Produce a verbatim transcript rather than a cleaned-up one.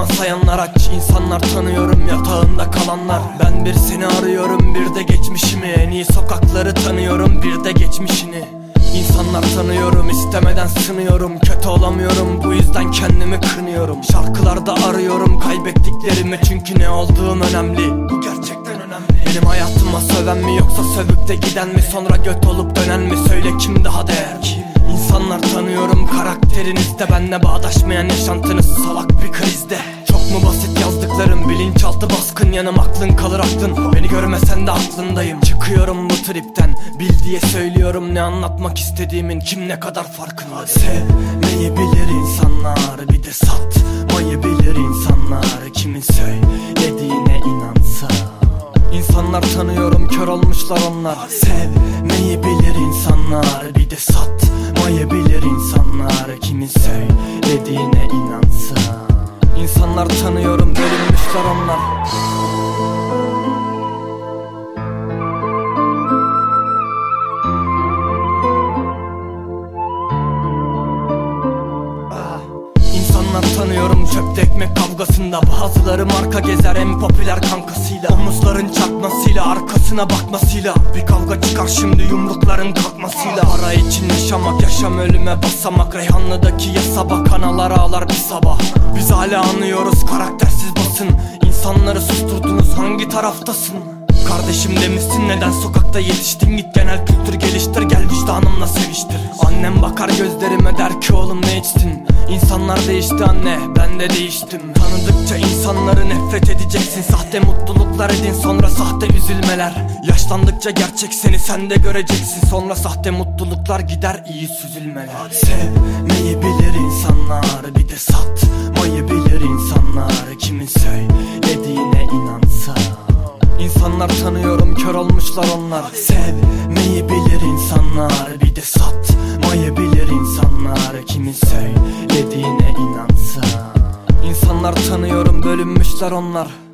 zaman sayanlar, aç insanlar tanıyorum, yatağında kalanlar. Ben bir seni arıyorum, bir de geçmişimi. En iyi sokakları tanıyorum, bir de geçmişini. İnsanlar tanıyorum, istemeden sınıyorum. Kötü olamıyorum, bu yüzden kendimi kınıyorum. Şarkılarda arıyorum kaybettiklerimi, çünkü ne olduğum önemli. Bu gerçekten önemli. Benim hayatıma söven mi, yoksa sövüp de giden mi? Sonra göt olup dönen mi? Söyle kim daha değerli? İnsanlar tanıyorum, karakterinizde benle bağdaşmayan yaşantınız salak bir krizde. Çok mu basit yazdıklarım, bilinçaltı baskın, yanım aklın kalır aklın. Beni görmesen de aklındayım. Çıkıyorum bu tripten, bil diye söylüyorum, ne anlatmak istediğimin kim ne kadar farkında. Sevmeyi bilir insanlar, bir de satmayı bilir insanlar. Kimin söylediğine inansa. İnsanlar tanıyorum, kör olmuşlar onlar. Sevmeyi bilir insanlar, bir de satmayı bilir insanlar. Kimin söylediğine inansa. İnsanlar tanıyorum, bölünmüşler onlar. İnsanlar tanıyorum, çöpte ekmek kavgasında. Bazıları marka gezer en popüler kankasıyla. Omuzların çarpmasıyla, arkasına bakmasıyla. Bir kavga çıkar şimdi yumrukların kalkmasıyla. Para için yaşamak, yaşam ölüme basamak. Reyhanlı'daki yasa bak, analar ağlar bir sabah. Biz hala anıyoruz karaktersiz basın. İnsanları susturdunuz, hangi taraftasın? Kardeşim demişsin, neden sokakta yetiştin? Git genel kültür geliştir, gel vicdanımla seviştir. Annem bakar gözlerime, der ki oğlum ne içtin? İnsanlar değişti anne, ben de değiştim. Tanıdıkça insanları nefret edeceksin. Sahte mutluluklar edin, sonra sahte üzülmeler. Yaşlandıkça gerçek seni sen de göreceksin. Sonra sahte mutluluklar gider, iyi süzülmeler. Sevmeyi bilir insanlar, bir de satmayı bilir insanlar. Kimin söylediğine inansa. İnsanlar tanıyorum, kör olmuşlar onlar. Sevmeyi bilir insanlar, bir de satmayı bilir insanlar. Kimin söylediğine inansa. İnsanlar tanıyorum, bölünmüşler onlar.